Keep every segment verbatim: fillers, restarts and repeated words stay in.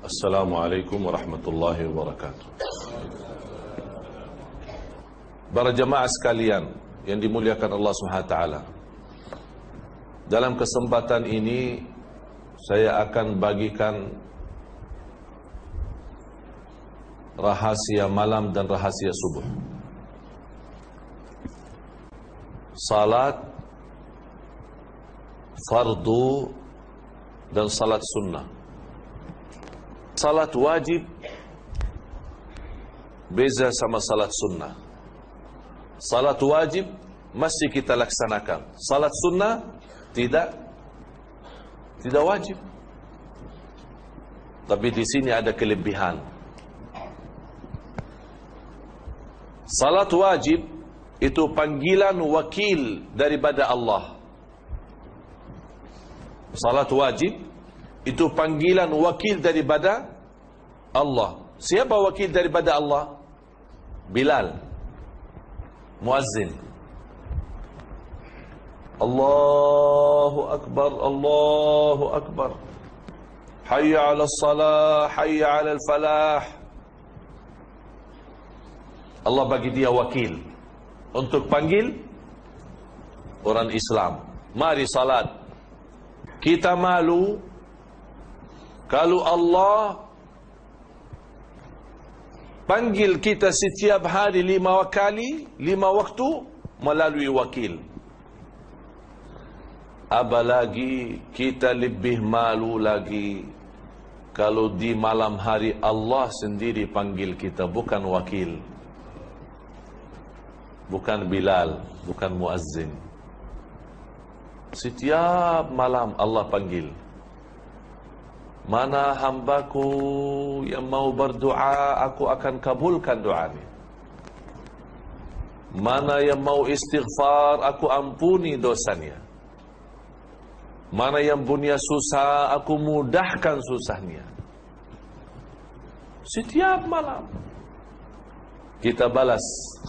Assalamualaikum warahmatullahi wabarakatuh. Para jemaah sekalian yang dimuliakan Allah Subhanahu wa taala. Dalam kesempatan ini saya akan bagikan rahasia malam dan rahasia subuh. Salat fardu dan salat sunnah. Salat wajib beza sama salat sunnah. Salat wajib mesti kita laksanakan. Salat sunnah tidak tidak wajib. Tapi di sini ada kelebihan. Salat wajib itu panggilan wakil daripada Allah. Salat wajib itu panggilan wakil daripada Allah. Siapa wakil daripada Allah? Bilal, muazzin. Allahu Akbar, Allahu Akbar. Hayya ala salah, hayya ala falah. Allah bagi dia wakil untuk panggil orang Islam. Mari salat. Kita malu kalau Allah panggil kita setiap hari lima kali, lima waktu melalui wakil. Apalagi kita lebih malu lagi kalau di malam hari Allah sendiri panggil kita, bukan wakil, bukan Bilal, bukan muazzin. Setiap malam Allah panggil. Mana hambaku yang mau berdoa, aku akan kabulkan doanya. Mana yang mau istighfar, aku ampuni dosanya. Mana yang punya susah, aku mudahkan susahnya. Setiap malam kita balas.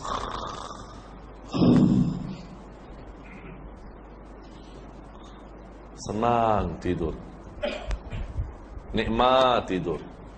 Senang tidur, nikmat tidur.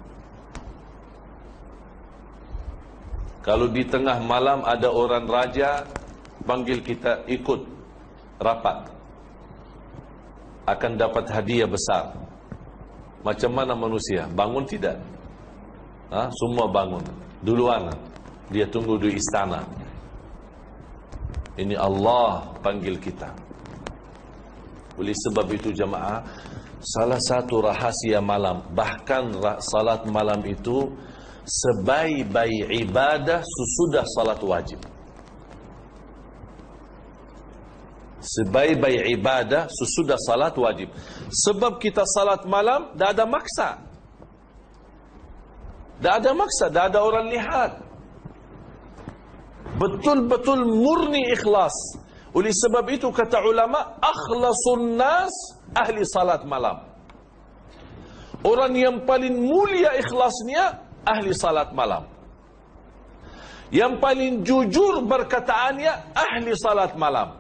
Kalau di tengah malam ada orang raja panggil kita ikut rapat, akan dapat hadiah besar. Macam mana manusia? Bangun tidak? Ha? Semua bangun duluan. Dia tunggu di istana. Ini Allah panggil kita. Oleh sebab itu jemaah, salah satu rahasia malam, bahkan salat malam itu sebaik-baik ibadah sesudah salat wajib. Sebaik-baik ibadah sesudah salat wajib. Sebab kita salat malam dah ada maksa. Dah ada maksa, dah ada orang lihat. Betul-betul murni ikhlas. Oleh sebab itu kata ulama, akhlasun nas ahli salat malam. Orang yang paling mulia ikhlasnya ahli salat malam. Yang paling jujur berkataannya ahli salat malam.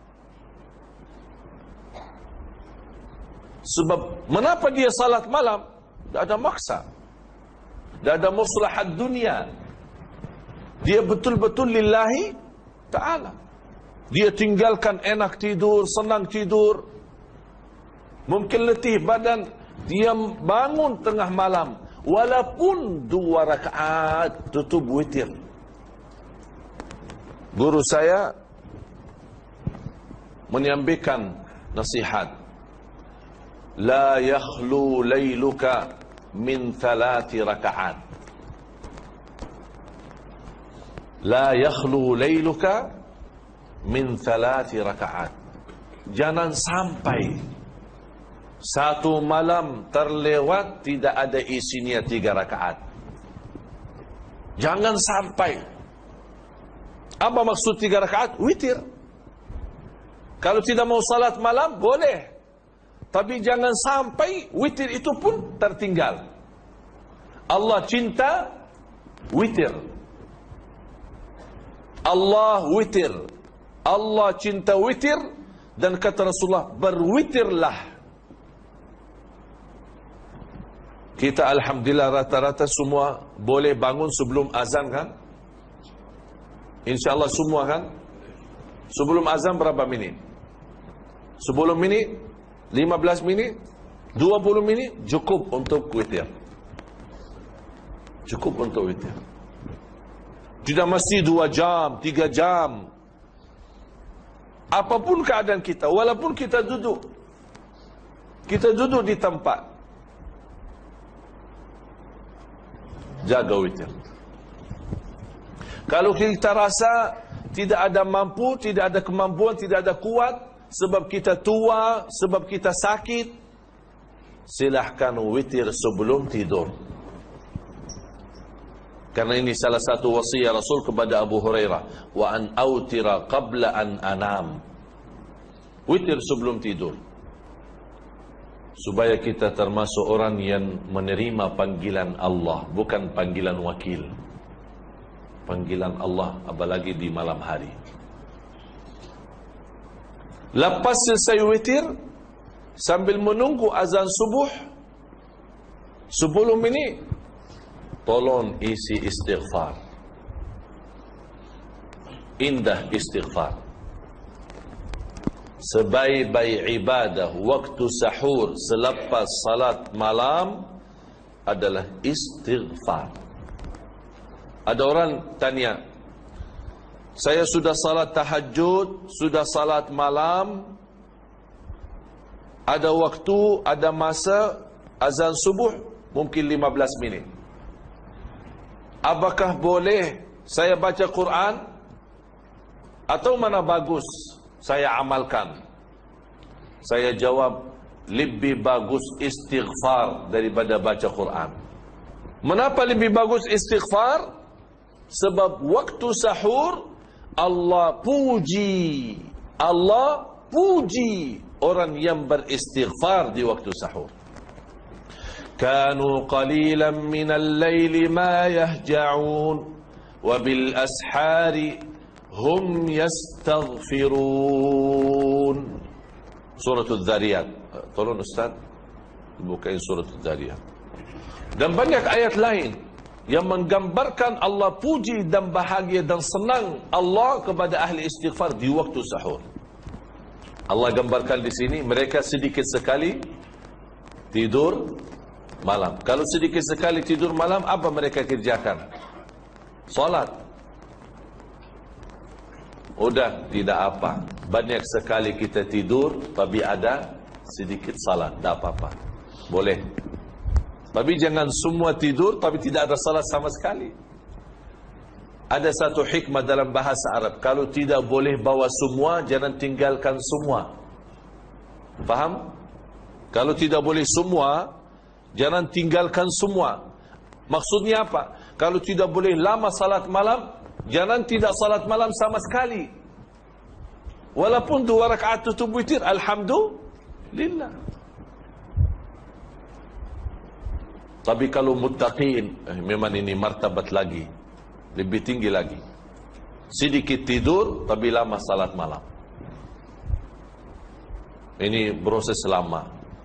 Sebab kenapa dia salat malam? Tidak ada maksa, tidak ada maslahat dunia. Dia betul-betul lillahi ta'ala. Dia tinggalkan enak tidur, senang tidur, mungkin letih badan. Dia bangun tengah malam, walaupun dua rakaat tutup witir. Guru saya menyampaikan nasihat, la yakhlu layluka min thalathi rakaat. La yakhlu layluka min thalathi rakaat. Jangan sampai satu malam terlewat tidak ada isinya tiga rakaat. Jangan sampai. Apa maksud tiga rakaat? Witir. Kalau tidak mau salat malam boleh, tapi jangan sampai witir itu pun tertinggal. Allah cinta witir. Allah witir. Allah cinta witir. Dan kata Rasulullah, berwitirlah. Kita alhamdulillah rata-rata semua boleh bangun sebelum azan kan? InsyaAllah semua kan? Sebelum azan berapa minit? sepuluh minit? lima belas minit? dua puluh minit? Cukup untuk witir. Cukup untuk witir. Tidak mesti dua jam, tiga jam. Apapun keadaan kita, walaupun kita duduk, kita duduk di tempat, jaga witir. Kalau kita rasa tidak ada mampu, tidak ada kemampuan, tidak ada kuat, sebab kita tua, sebab kita sakit, silahkan witir sebelum tidur. Karena ini salah satu wasiat Rasul kepada Abu Hurairah, wa an autira qabla an anam. Witir sebelum tidur, supaya kita termasuk orang yang menerima panggilan Allah, bukan panggilan wakil. Panggilan Allah, apalagi di malam hari. Lepas selesai witir, sambil menunggu azan subuh sepuluh minit, tolong isi istighfar. Indah istighfar. Sebaik-baik ibadah waktu sahur selepas salat malam adalah istighfar. Ada orang tanya, saya sudah salat tahajud, sudah salat malam, ada waktu, ada masa azan subuh mungkin lima belas minit. Apakah boleh saya baca Quran? Atau mana bagus saya amalkan? Saya jawab, lebih bagus istighfar daripada baca Quran. Mengapa lebih bagus istighfar? Sebab waktu sahur Allah puji, Allah puji orang yang beristighfar di waktu sahur. Kanu qalilan minal laili ma yahja'un wa bil ashari hum yastaghfirun. Surah Al-Dhariyat. Tolong Ustaz bukain surah Al-Dhariyat. Dan banyak ayat lain yang menggambarkan Allah puji dan bahagia dan senang Allah kepada ahli istighfar di waktu sahur. Allah gambarkan di sini mereka sedikit sekali tidur malam. Kalau sedikit sekali tidur malam, apa mereka kerjakan? Salat. Udah, tidak apa. Banyak sekali kita tidur, tapi ada sedikit salat, tidak apa-apa. Boleh. Tapi jangan semua tidur, tapi tidak ada salat sama sekali. Ada satu hikmah dalam bahasa Arab. Kalau tidak boleh bawa semua, jangan tinggalkan semua. Faham? Kalau tidak boleh semua, jangan tinggalkan semua. Maksudnya apa? Kalau tidak boleh lama salat malam, jangan tidak salat malam sama sekali. Walaupun dua rakaat tutup witir, alhamdulillah. Tapi kalau muttaqin, eh, memang ini martabat lagi, lebih tinggi lagi. Sedikit tidur, tapi lama salat malam. Ini proses lama.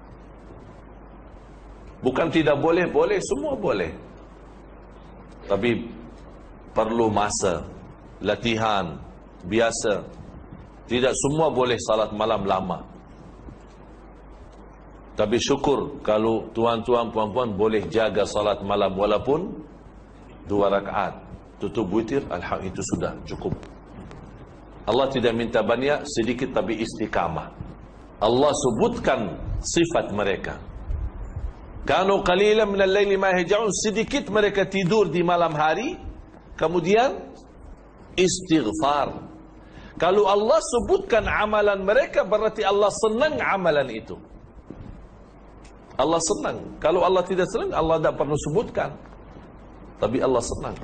Bukan tidak boleh, boleh, semua boleh. Tapi perlu masa, latihan, biasa. Tidak semua boleh salat malam lama. Tapi syukur kalau tuan-tuan, puan-puan boleh jaga salat malam walaupun dua rakaat. Tutup witir, alhamdulillah itu sudah cukup. Allah tidak minta banyak, sedikit tapi istiqamah. Allah sebutkan sifat mereka. Kanu qalilan minal laili ma yahja'un, sedikit mereka tidur di malam hari, kemudian istighfar. Kalau Allah sebutkan amalan mereka, berarti Allah senang amalan itu. Allah senang. Kalau Allah tidak senang, Allah tidak perlu sebutkan. Tapi Allah senang.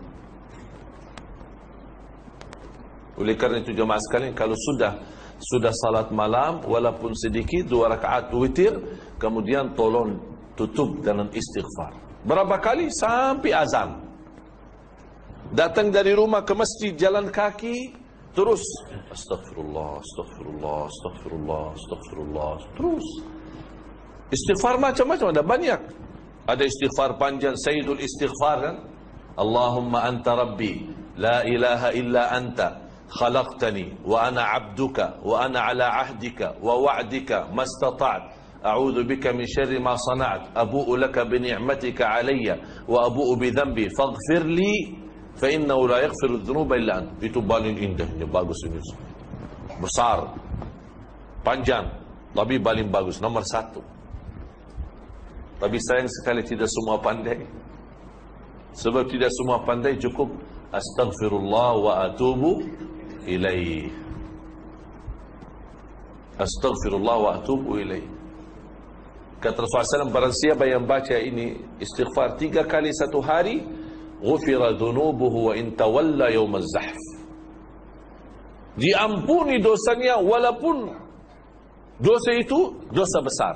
Oleh karena itu jemaah sekalian, kalau sudah sudah salat malam, walaupun sedikit, dua rakaat witir, kemudian tolong tutup dengan istighfar. Berapa kali? Sampai azan. Datang dari rumah ke masjid, jalan kaki, terus astagfirullah, astagfirullah, astagfirullah, astagfirullah, terus. Istighfar macam-macam, ada banyak. Ada istighfar panjang, Sayyidul Istighfar kan? Allahumma anta rabbi, la ilaha illa anta, khalaqtani, wa ana abduka, wa ana ala ahdika, wa wa'dika, mastata'at. A'udzu bika min syarri ma sana'at, abu'u laka bi ni'matika 'alayya wa abu'u bi dhanbi faghfir li fa innahu la yaghfiru dzunuba illa ant. Itu paling indahnya, bagus ini. Besar, panjang, tapi paling bagus, nomor satu. Tapi sayang sekali tidak semua pandai. Sebab tidak semua pandai, cukup astaghfirullah wa atubu ilaih. Astaghfirullah wa atubu ilaih. Kata Rasulullah shallallahu alaihi wasallam, barang siapa yang baca ini istighfar tiga kali satu hari, ghufira dhunubuhu wa in tawalla yawm az-zahf. Diampuni dosanya walaupun dosa itu dosa besar.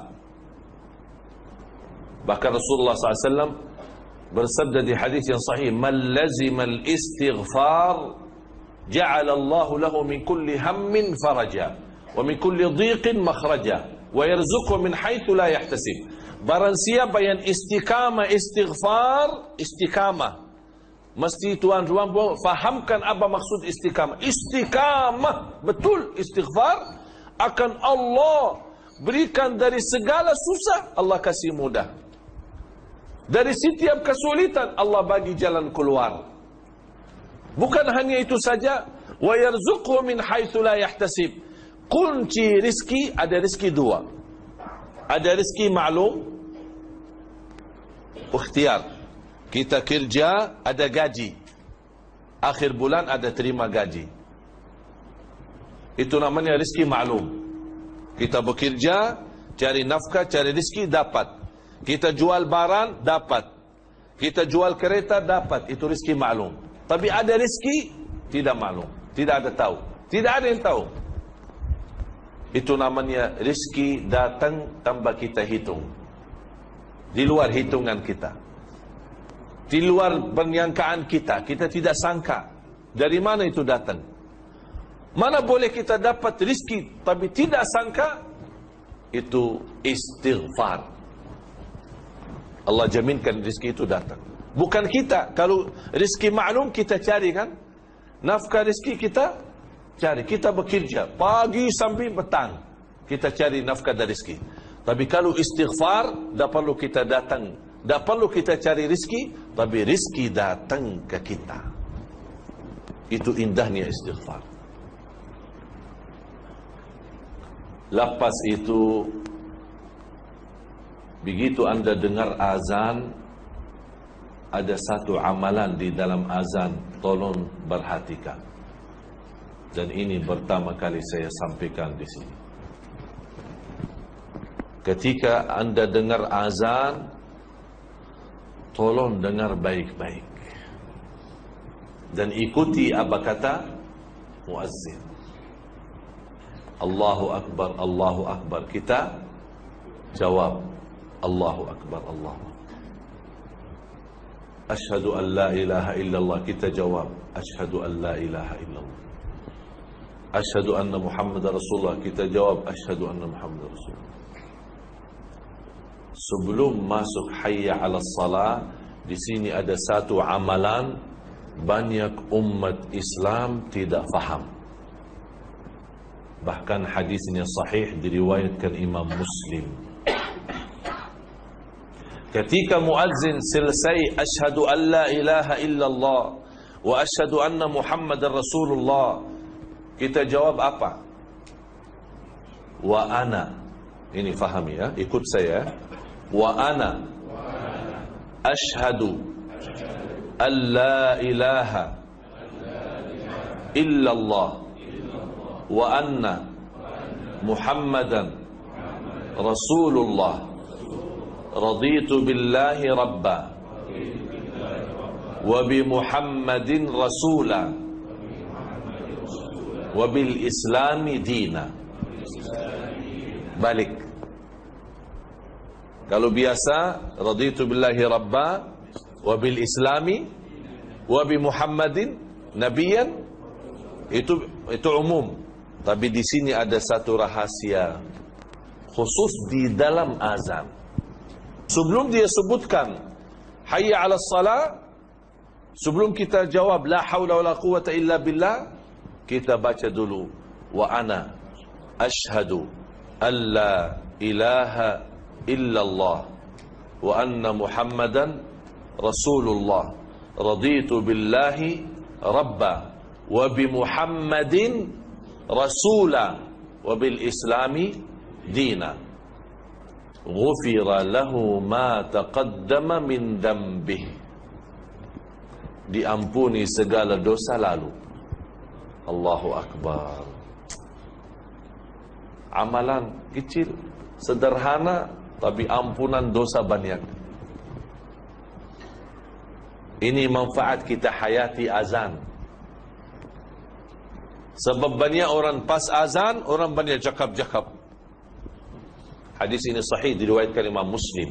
Bahkan Rasulullah shallallahu alaihi wasallam bersabda di hadis yang sahih, man lazima al-istighfar ja'ala Allah lahu min kulli hammin faraja wa min kulli dhiqin makhraja wa yarzuqhu min haitsu la yahtasib. Barang siapa yang istiqamah istighfar, istiqamah. Mesti tuan-tuan fahamkan apa maksud istiqamah. Istiqamah betul istighfar, akan Allah berikan dari segala susah, Allah kasih mudah. Dari setiap kesulitan, Allah bagi jalan keluar. Bukan hanya itu saja, wa yarzuqhu min haitsu la yahtasib. Kunci rizki, ada rizki dua. Ada rizki maklum, ikhtiar. Kita kerja, ada gaji. Akhir bulan ada terima gaji. Itu namanya rizki maklum. Kita bekerja, cari nafkah, cari rizki, dapat. Kita jual barang, dapat. Kita jual kereta, dapat. Itu rizki maklum. Tapi ada rizki tidak maklum, tidak ada tahu, tidak ada yang tahu. Itu namanya rizki datang tanpa kita hitung. Di luar hitungan kita, di luar penyangkaan kita. Kita tidak sangka dari mana itu datang. Mana boleh kita dapat rizki tapi tidak sangka? Itu istighfar. Allah jaminkan rizki itu datang. Bukan kita. Kalau rizki maklum kita cari kan, nafkah rizki kita cari, kita bekerja pagi sampai petang, kita cari nafkah dan rizki. Tapi kalau istighfar, tak perlu kita datang, tak perlu kita cari rizki, tapi rizki datang ke kita. Itu indahnya istighfar. Lepas itu, begitu anda dengar azan, ada satu amalan di dalam azan, tolong perhatikan. Dan ini pertama kali saya sampaikan di sini. Ketika anda dengar azan, tolong dengar baik-baik dan ikuti apa kata muazzin. Allahu Akbar, Allahu Akbar. Kita jawab Allahu Akbar, Allahu Akbar. Ashhadu an la ilaha illallah. Kita jawab ashhadu an la ilaha illallah. Asyhadu anna Muhammad Rasulullah. Kita jawab asyhadu anna Muhammad Rasulullah. Sebelum masuk hayya 'alas salah, di sini ada satu amalan banyak umat Islam tidak faham. Bahkan hadisnya sahih diriwayatkan Imam Muslim. Ketika muazzin selesai asyhadu an la ilaha illallah wa asyhadu anna Muhammadar Rasulullah, kita jawab apa? Wa ana. Ini fahami ya, ikut saya. Wa ana ashhadu an la ilaha illallah wa anna Muhammadan Rasulullah. Raditu billahi rabba wa bi Muhammadin rasula wabil islami dina. Balik. Kalau biasa raditu billahi rabba wabil islami wabi Muhammadin nabiyan, itu itu umum. Tapi di sini ada satu rahasia khusus di dalam azan. Sebelum dia sebutkan hayya 'alas salah, sebelum kita jawab la haula wala quwwata illa billah, kita baca dulu wa ana ashhadu alla ilaha illallah wa anna muhammadan rasulullah raditu billahi rabba wa bi muhammadin rasula wa bil islami dina ghufira lahu ma taqaddama min dambih, diampuni segala dosa lalu. Allahu Akbar. Amalan kecil, sederhana, tapi ampunan dosa banyak. Ini manfaat kita hayati azan. Sebab banyak orang pas azan, orang banyak cakap-cakap. Hadis ini sahih, diriwayatkan Imam Muslim.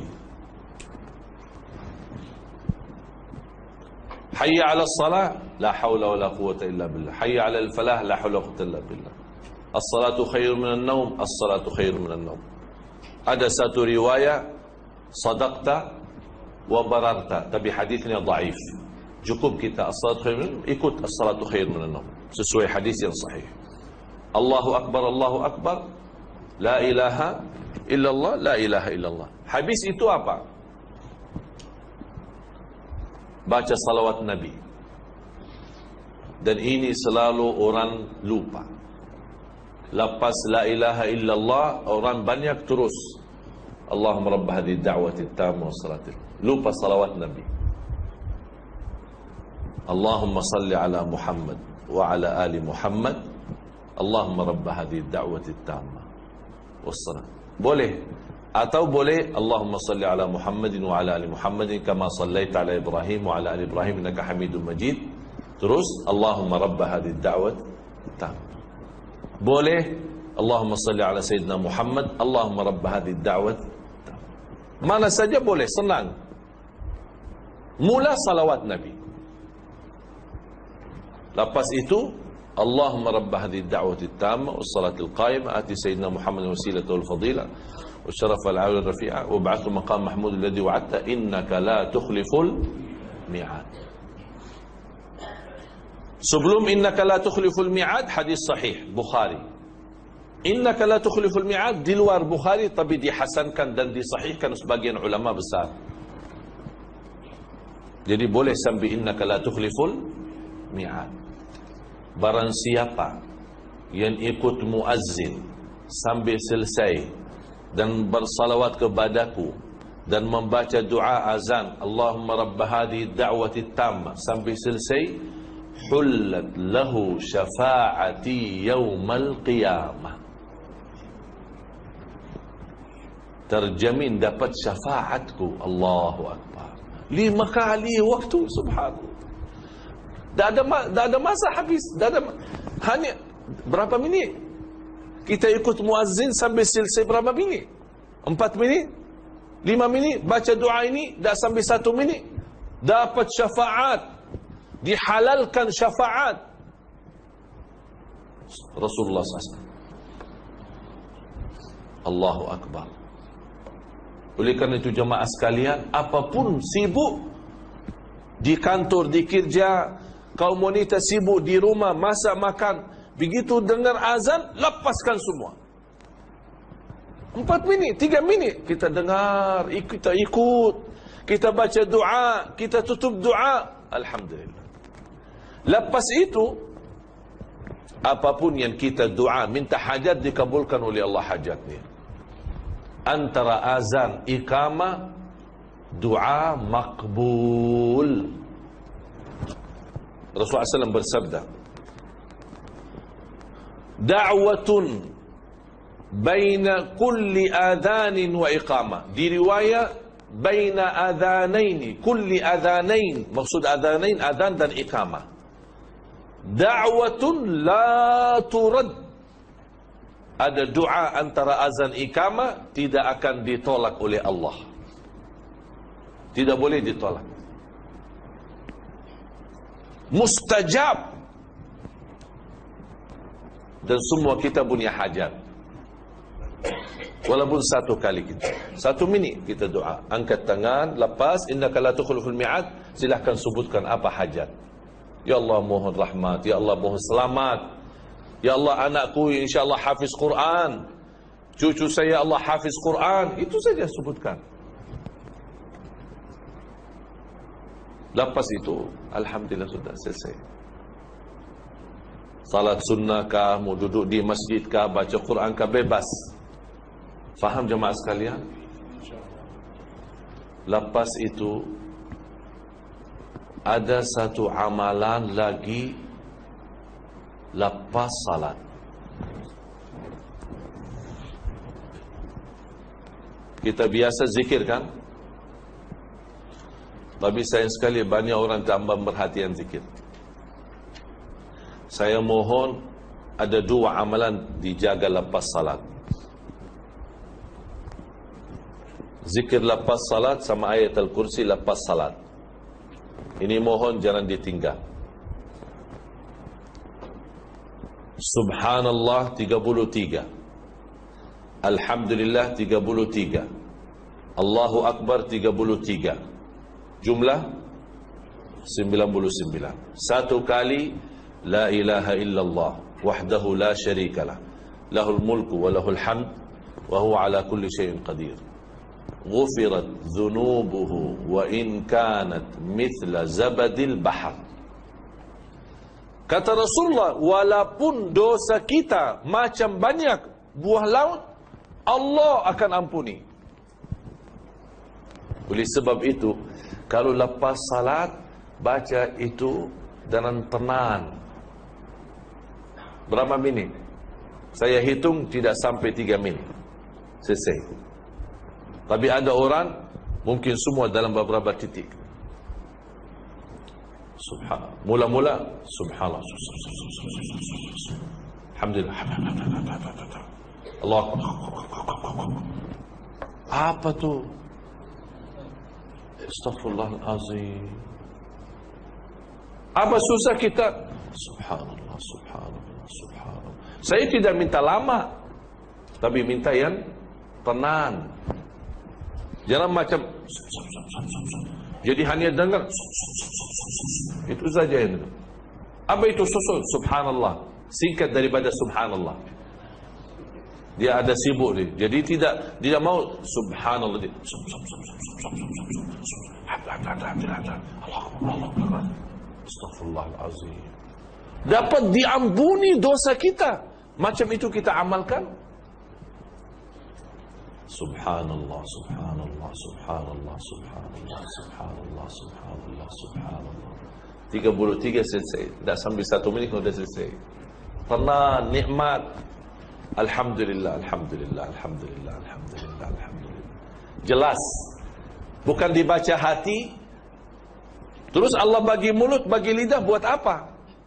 Hayya 'alas salah, la haula wala quwwata illa billah. Hayya 'alal falah, la haula wala quwwata illa billah. As-salatu khairun minan naum, as-salatu khairun minan naum. Ada satu riwayat sadaqta wa bararta, tapi hadisnya dhaif. Cukup kita as-salatu khairun, ikut as-salatu khairun minan naum, sesuai hadis yang sahih. Allahu akbar, Allahu akbar, la ilaha illallah, la ilaha illallah. Habis itu apa? Baca salawat Nabi. Dan ini selalu orang lupa. Lepas la ilaha illallah, orang banyak terus Allahumma rabb hadhihi da'wati tamma wassalati. Lupa salawat Nabi. Allahumma salli ala Muhammad wa ala ali Muhammad. Allahumma rabb hadhihi da'wati tamma wassalat. Boleh. Atau boleh Allahumma salli ala Muhammadin wa ala ali Muhammadin kama sallaita ala Ibrahim wa ala ali Ibrahim innaka Hamidum Majid. Terus Allahumma rabb hadhihi da'wati tamma. Boleh Allahumma salli ala Sayyidina Muhammad, Allahumma rabb hadhihi da'wat. Mana saja boleh, senang. Mula salawat Nabi. Lepas itu Allahumma rabb hadhihi da'wati tamma was salatil qa'imah ati Sayyidina Muhammad wasilata wal fadila wa syarafa al 'ala rafi'a wa ba'athu maqam mahmud alladhi wa'adta innaka la tukhliful mi'ad. Sebelum innaka la tukhliful mi'ad, hadis sahih Bukhari. Innaka la tukhliful mi'ad di luar Bukhari, tapi dihasankan dan disahihkan sebagian ulama besar. Jadi boleh sambil innaka la tukhliful mi'ad. Barang siapa yang ikut muazzin sambil selesai dan bersalawat kepadaku dan membaca doa azan Allahumma rabb hadhihi da'wati tamma sambil selesai, hullat lahu syafa'ati yaumal qiyamah. Terjamin dapat syafaatku. Allahu Akbar. Lima kali waktu, subhanallah. Dah ada, dah ada masa habis. Dah ada, hanya berapa minit? Kita ikut muazzin sambil selesai berapa minit? Empat minit? Lima minit? Baca doa ini dah sampai satu minit. Dapat syafaat. Dihalalkan syafaat Rasulullah sallallahu alaihi wasallam. Allahu Akbar. Oleh kerana itu jemaah sekalian, apapun sibuk di kantor, di kerja, kaum wanita sibuk di rumah masak makan, begitu dengar azan lepaskan semua. Empat minit, tiga minit kita dengar, kita ikut, kita baca doa, kita tutup doa, alhamdulillah. Lepas itu, apapun yang kita doa, minta hajat dikabulkan oleh Allah hajatnya. Antara azan, iqamah, doa makbul. Rasulullah sallallahu alaihi wasallam bersabda, da'watun baina kulli adhanin wa iqamah. Di riwayat, baina adhanaini, kulli adhanain. Maksud adhanain, adhan dan iqamah. Da'watun la turad. Ada doa antara azan iqamah tidak akan ditolak oleh Allah. Tidak boleh ditolak. Mustajab. Dan semua kita punya hajat. Walaupun satu kali kita, satu minit kita doa, angkat tangan, lepas innaka la tukhliful mi'ad, silahkan sebutkan apa hajat. Ya Allah mohon rahmat, ya Allah mohon selamat, ya Allah anakku insyaAllah hafiz Quran, cucu saya Allah hafiz Quran, itu saja sebutkan. Lepas itu alhamdulillah sudah selesai. Salat sunnah kah, mau duduk di masjid kah, baca Quran kah, bebas. Faham jemaah sekalian? Lepas itu ada satu amalan lagi lepas salat. Kita biasa zikir kan? Tapi sayang sekali banyak orang tambah perhatian zikir. Saya mohon ada dua amalan dijaga lepas salat. Zikir lepas salat sama ayat al-kursi lepas salat. Ini mohon jangan ditinggal. Subhanallah tiga puluh tiga, Alhamdulillah tiga puluh tiga, Allahu Akbar tiga puluh tiga. Jumlah sembilan puluh sembilan. Satu kali la ilaha illallah wahdahu la syarikalah, lahul mulku wa lahul hamd wa huwa ala kulli syai'in qadir. Ghufirat dhunubuhu wa in kanat mithla zabadil bahar. Kata Rasulullah, walaupun dosa kita macam banyak buah laut, Allah akan ampuni. Oleh sebab itu, kalau lepas salat baca itu dengan tenang. Berapa minit? Saya hitung tidak sampai tiga minit. Selesai. Tapi ada orang mungkin semua dalam beberapa titik. Subhanallah. Mula-mula subhanallah. Alhamdulillah. Allah. Apa tu? Astaghfirullahalazim. Apa susah kita? Subhanallah, subhanallah, subhanallah. Saya tidak minta lama, tapi minta yang tenang. Jangan macam jadi hanya dengar itu saja yang dengar. Apa itu susul? Subhanallah. Singkat daripada subhanallah. Dia ada sibuk dia. Jadi tidak tidak mau subhanallah dia. Astaghfirullahalazim. Dapat diampuni dosa kita. Macam itu kita amalkan. Subhanallah, subhanallah, subhanallah, subhanallah, subhanallah, subhanallah, subhanallah. tiga puluh tiga selesai. Tidak sampai satu minit sudah selesai. Tenang, nikmat. Alhamdulillah, alhamdulillah, alhamdulillah, alhamdulillah, alhamdulillah. Jelas. Bukan dibaca hati. Terus Allah bagi mulut, bagi lidah buat apa?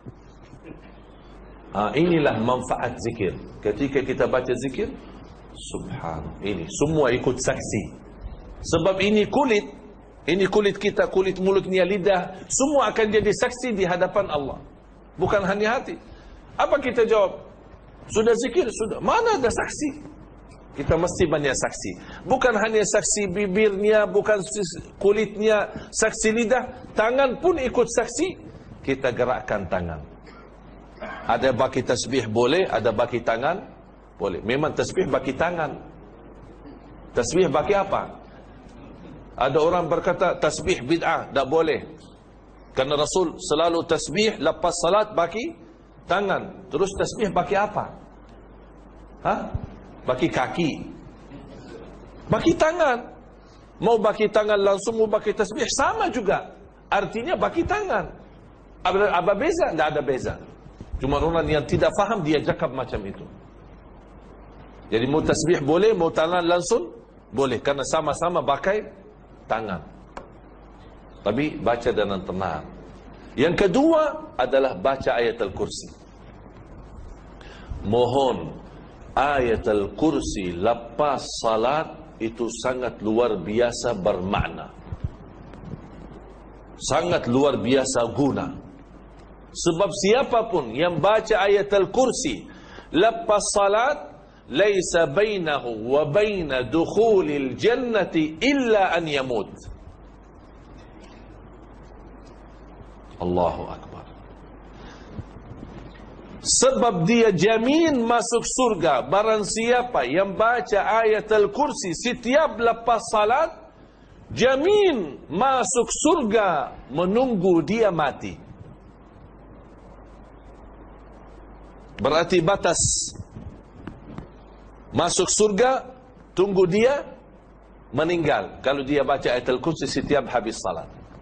Ah, inilah manfaat zikir. Ketika kita baca zikir, subhanallah, ini semua ikut saksi. Sebab ini kulit, ini kulit kita, kulit mulutnya, lidah, semua akan jadi saksi di hadapan Allah. Bukan hanya hati. Apa kita jawab? Sudah zikir, sudah. Mana ada saksi? Kita mesti banyak saksi. Bukan hanya saksi bibirnya, bukan kulitnya, saksi lidah, tangan pun ikut saksi. Kita gerakkan tangan. Ada baki tasbih boleh, ada baki tangan boleh. Memang tasbih bagi tangan. Tasbih bagi apa? Ada orang berkata tasbih bid'ah, tak boleh. Karena Rasul selalu tasbih lepas salat bagi tangan. Terus tasbih bagi apa? Hah? Bagi kaki. Bagi tangan. Mau bagi tangan langsung, mau bagi tasbih sama juga. Artinya bagi tangan. Ada, ada beza? Tak ada beza. Cuma orang yang tidak faham dia cakap macam itu. Jadi mau tasbih boleh, mau tangan langsung boleh, karena sama-sama pakai tangan. Tapi baca dengan tenang. Yang kedua adalah baca ayat al-kursi. Mohon ayat al-kursi lepas salat itu sangat luar biasa bermakna. Sangat luar biasa guna. Sebab siapapun yang baca ayat al-kursi lepas salat, laisa bainahu wa baina dukhulil jannati illa an yamut. Allahu Akbar. Sebab dia jamin masuk surga barang siapa yang baca ayat Al-Kursi setiap lepas salat, jamin masuk surga menunggu dia mati. Berarti batas masuk surga tunggu dia meninggal kalau dia baca ayat Al-Kursi setiap habis salat.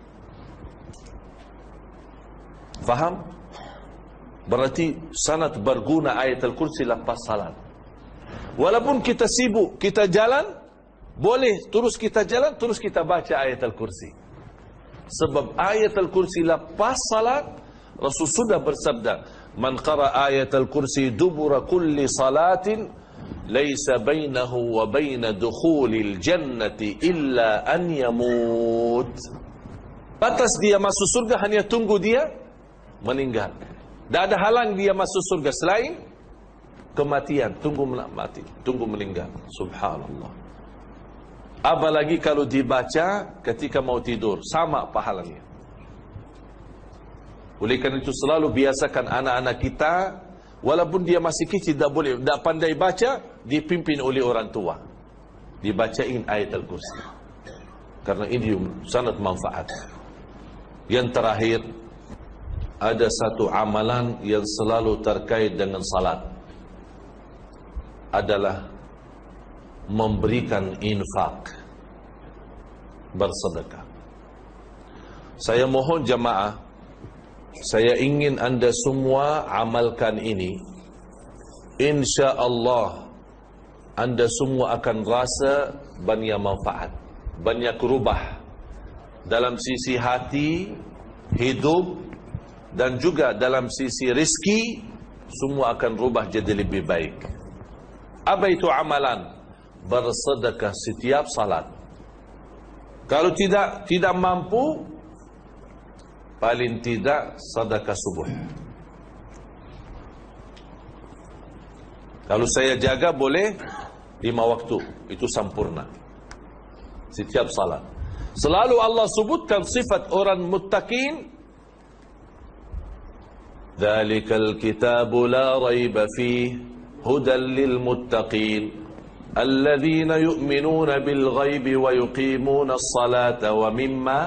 Faham? Berarti sangat berguna ayat Al-Kursi lepas salat. Walaupun kita sibuk, kita jalan, boleh terus kita jalan, terus kita baca ayat Al-Kursi. Sebab ayat Al-Kursi lepas salat, Rasul sudah bersabda, "Man qara ayat Al-Kursi dubura kulli salatin, laisa bainahu wa baina dukhulil jannati illa an yamut." Batas dia masuk surga hanya tunggu dia meninggal. Tak ada halang dia masuk surga selain kematian. Tunggu mati, tunggu meninggal. Subhanallah. Apalagi kalau dibaca ketika mau tidur, sama pahalanya. Oleh karena itu selalu biasakan anak-anak kita, walaupun dia masih kecil, tidak boleh, tidak pandai baca, dipimpin oleh orang tua, dibacain ayat Al-Kursi, karena ini sangat manfaat. Yang terakhir, ada satu amalan yang selalu terkait dengan salat, adalah memberikan infak, bersedekah. Saya mohon jamaah, saya ingin anda semua amalkan ini. Insya Allah anda semua akan rasa banyak manfaat, banyak rubah dalam sisi hati, hidup, dan juga dalam sisi rizki. Semua akan rubah jadi lebih baik. Apa itu amalan? Bersedekah setiap salat. Kalau tidak tidak mampu, paling tidak sedekah subuh. Kalau saya jaga boleh lima waktu, itu sempurna setiap salat. Selalu Allah sebutkan sifat orang muttaqin. Dzalikal kitabu la raiba fihi hudan lil muttaqin alladzina yu'minuna bil ghaibi wa yuqimuna as-salata wa mimma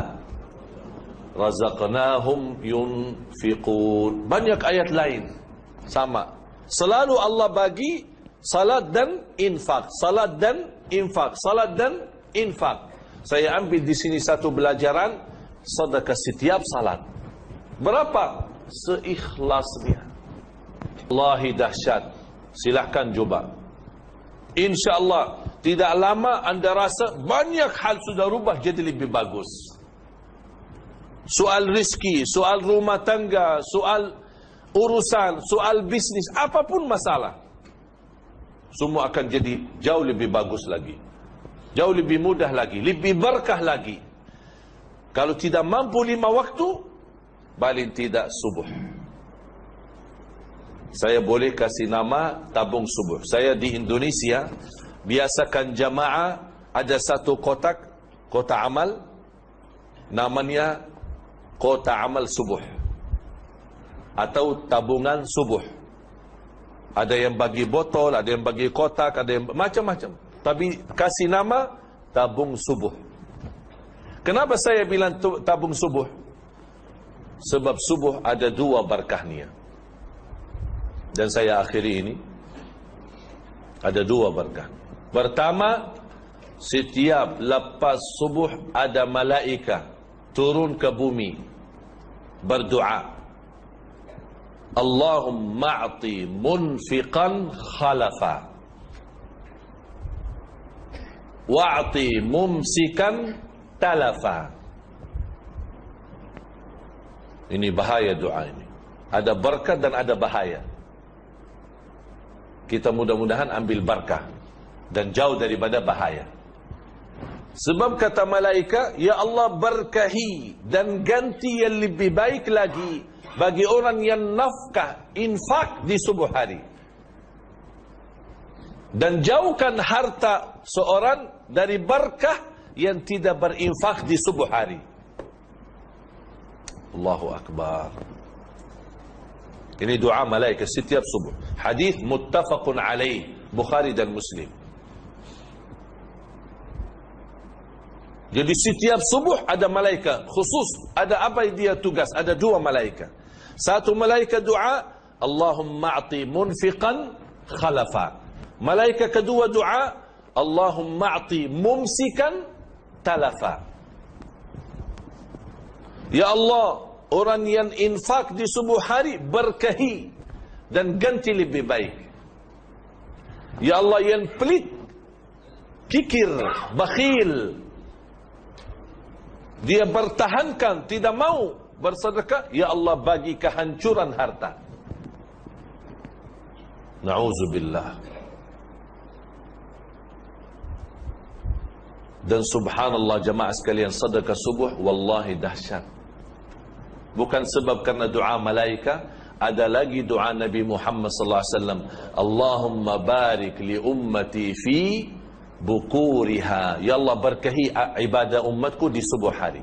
razaqnahum yunfiqun. Banyak ayat lain sama. Selalu Allah bagi salat dan infak, salat dan infak, salat dan infak. Saya ambil di sini satu pelajaran, sedekah setiap salat. Berapa? Seikhlasnya. Wallahi dahsyat. Silahkan coba. InsyaAllah tidak lama anda rasa banyak hal sudah rubah jadi lebih bagus. Soal rizki, soal rumah tangga, soal urusan, soal bisnis, apapun masalah, semua akan jadi jauh lebih bagus lagi, jauh lebih mudah lagi, lebih berkah lagi. Kalau tidak mampu lima waktu, paling tidak subuh. Saya boleh kasih nama tabung subuh. Saya di Indonesia biasakan jamaah ada satu kotak, kotak amal, namanya kotak amal subuh atau tabungan subuh. Ada yang bagi botol, ada yang bagi kotak, ada yang macam-macam. Tapi kasih nama tabung subuh. Kenapa saya bilang tabung subuh? Sebab subuh ada dua berkahnya. Dan saya akhiri ini, ada dua berkah. Pertama, setiap lepas subuh ada malaika turun ke bumi berdoa, Allahumma a'ti munfiqan khalafa wa'ti mumsikan talafa. Ini bahaya doa ini. Ada berkah dan ada bahaya. Kita mudah-mudahan ambil berkah dan jauh daripada bahaya. Sebab kata malaika, ya Allah berkahi dan ganti yang lebih baik lagi bagi orang yang nafkah, infak di subuh hari. Dan jauhkan harta seorang dari berkah yang tidak berinfak di subuh hari. Allahu Akbar. Ini doa malaikat setiap subuh. Hadis muttafaqun alaih, Bukhari dan Muslim. Jadi setiap subuh ada malaikat khusus. Ada apa dia tugas? Ada dua malaikat. Satu malaikat doa, Allahumma a'ti munfiqan khalafa. Malaikat kedua doa, Allahumma a'ti mumsikan talafa. Ya Allah, orang yang infak di subuh hari berkahi dan ganti lebih baik. Ya Allah, yang pelit, kikir, bakhil, dia bertahankan, tidak mau bersedekah, ya Allah bagi kehancuran harta. Na'udzubillah. Dan subhanallah jamaah sekalian, sedekah subuh wallahi dahsyat. Bukan sebab karena doa malaika, ada lagi doa Nabi Muhammad sallallahu alaihi wasallam, Allahumma barik li ummati fi bukuriha. Ya Allah berkahi ibadah umatku di subuh hari.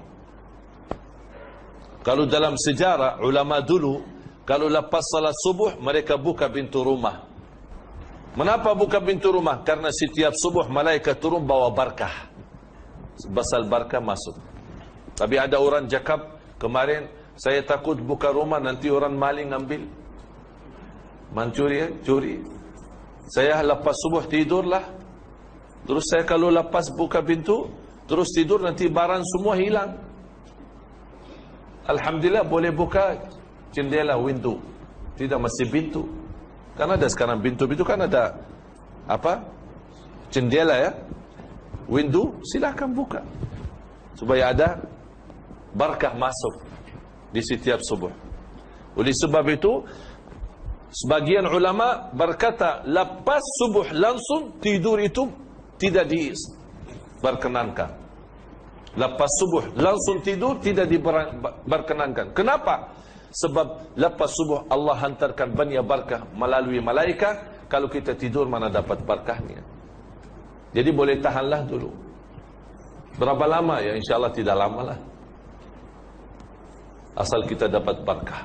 Kalau dalam sejarah ulama dulu, kalau lepas salat subuh mereka buka pintu rumah. Kenapa buka pintu rumah? Karena setiap subuh malaikat turun bawa barakah. Basal barakah masuk. Tapi ada orang cakap kemarin, saya takut buka rumah nanti orang maling ambil, mencuri, ya, curi. Saya lepas subuh tidurlah. Terus saya kalau lepas buka pintu, terus tidur nanti barang semua hilang. Alhamdulillah boleh buka jendela, window. Tidak masih pintu. Karena ada sekarang pintu-pintu kan ada apa? Jendela ya. Window, silakan buka. Supaya ada barakah masuk di setiap subuh. Oleh sebab itu, sebagian ulama berkata, lepas subuh langsung tidur itu tidak diperkenankan. Lepas subuh langsung tidur tidak diperkenankan. Kenapa? Sebab lepas subuh Allah hantarkan banyak barakah melalui malaikat. Kalau kita tidur mana dapat barakahnya. Jadi boleh tahanlah dulu. Berapa lama ya? InsyaAllah tidak lama lah. Asal kita dapat barakah.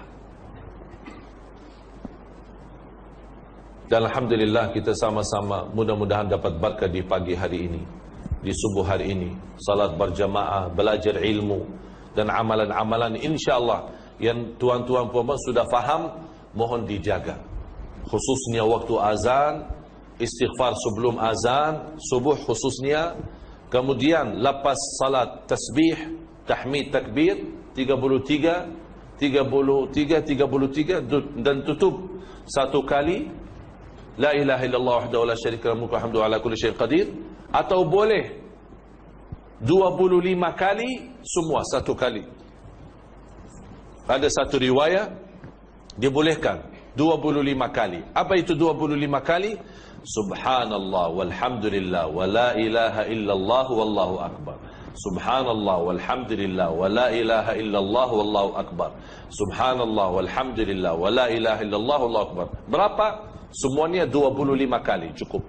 Dan alhamdulillah kita sama-sama mudah-mudahan dapat barakah di pagi hari ini, di subuh hari ini. Salat berjamaah, belajar ilmu dan amalan-amalan insyaAllah yang tuan-tuan puan sudah faham, mohon dijaga. Khususnya waktu azan, istighfar sebelum azan, subuh khususnya. Kemudian lepas salat tasbih, tahmid, takbir, tiga puluh tiga, tiga puluh tiga, tiga puluh tiga, dan tutup satu kali La ilaha illallah wahdahu la syarika lahu mulku wa hamdu ala kulli syai'in qadir. Atau boleh dua puluh lima kali semua satu kali. Ada satu riwayat dibolehkan dua puluh lima kali. Apa itu dua puluh lima kali? Subhanallah walhamdulillah wa la ilaha illallah wallahu akbar. Subhanallah walhamdulillah wa la ilaha illallah wallahu akbar. Subhanallah walhamdulillah wa la ilaha illallah wallahu akbar. Berapa? Semuanya dua puluh lima kali cukup.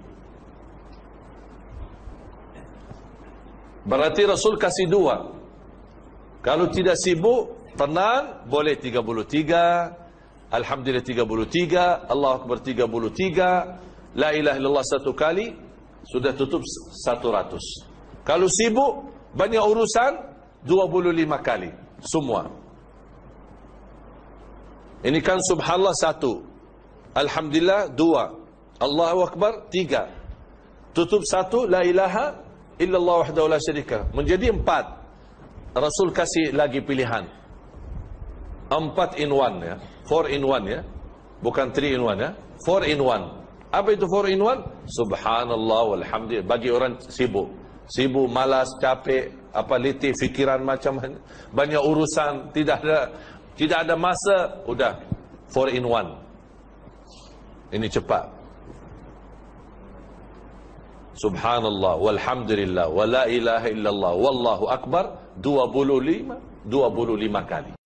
Berarti Rasul kasih dua. Kalau tidak sibuk, tenang, boleh tiga puluh tiga, Alhamdulillah tiga puluh tiga, Allahu Akbar tiga puluh tiga, La ilaha illallah satu kali, sudah tutup satu ratus. Kalau sibuk, banyak urusan, dua puluh lima kali, semua. Ini kan subhanallah satu, Alhamdulillah dua, Allahu Akbar tiga, tutup satu, La ilaha illallah wahdahu la syarika, menjadi empat. Rasul kasih lagi pilihan, empat in one ya, four in one ya, bukan three in one ya, four in one. Apa itu four in one? Subhanallah walhamdulillah. Bagi orang sibuk, sibuk, malas, capek, apa letih, fikiran macam banyak urusan, tidak ada tidak ada masa, udah four in one. Ini cepat. Subhanallah walhamdulillah wa la ilaha illallah wallahu akbar dua puluh lima kali.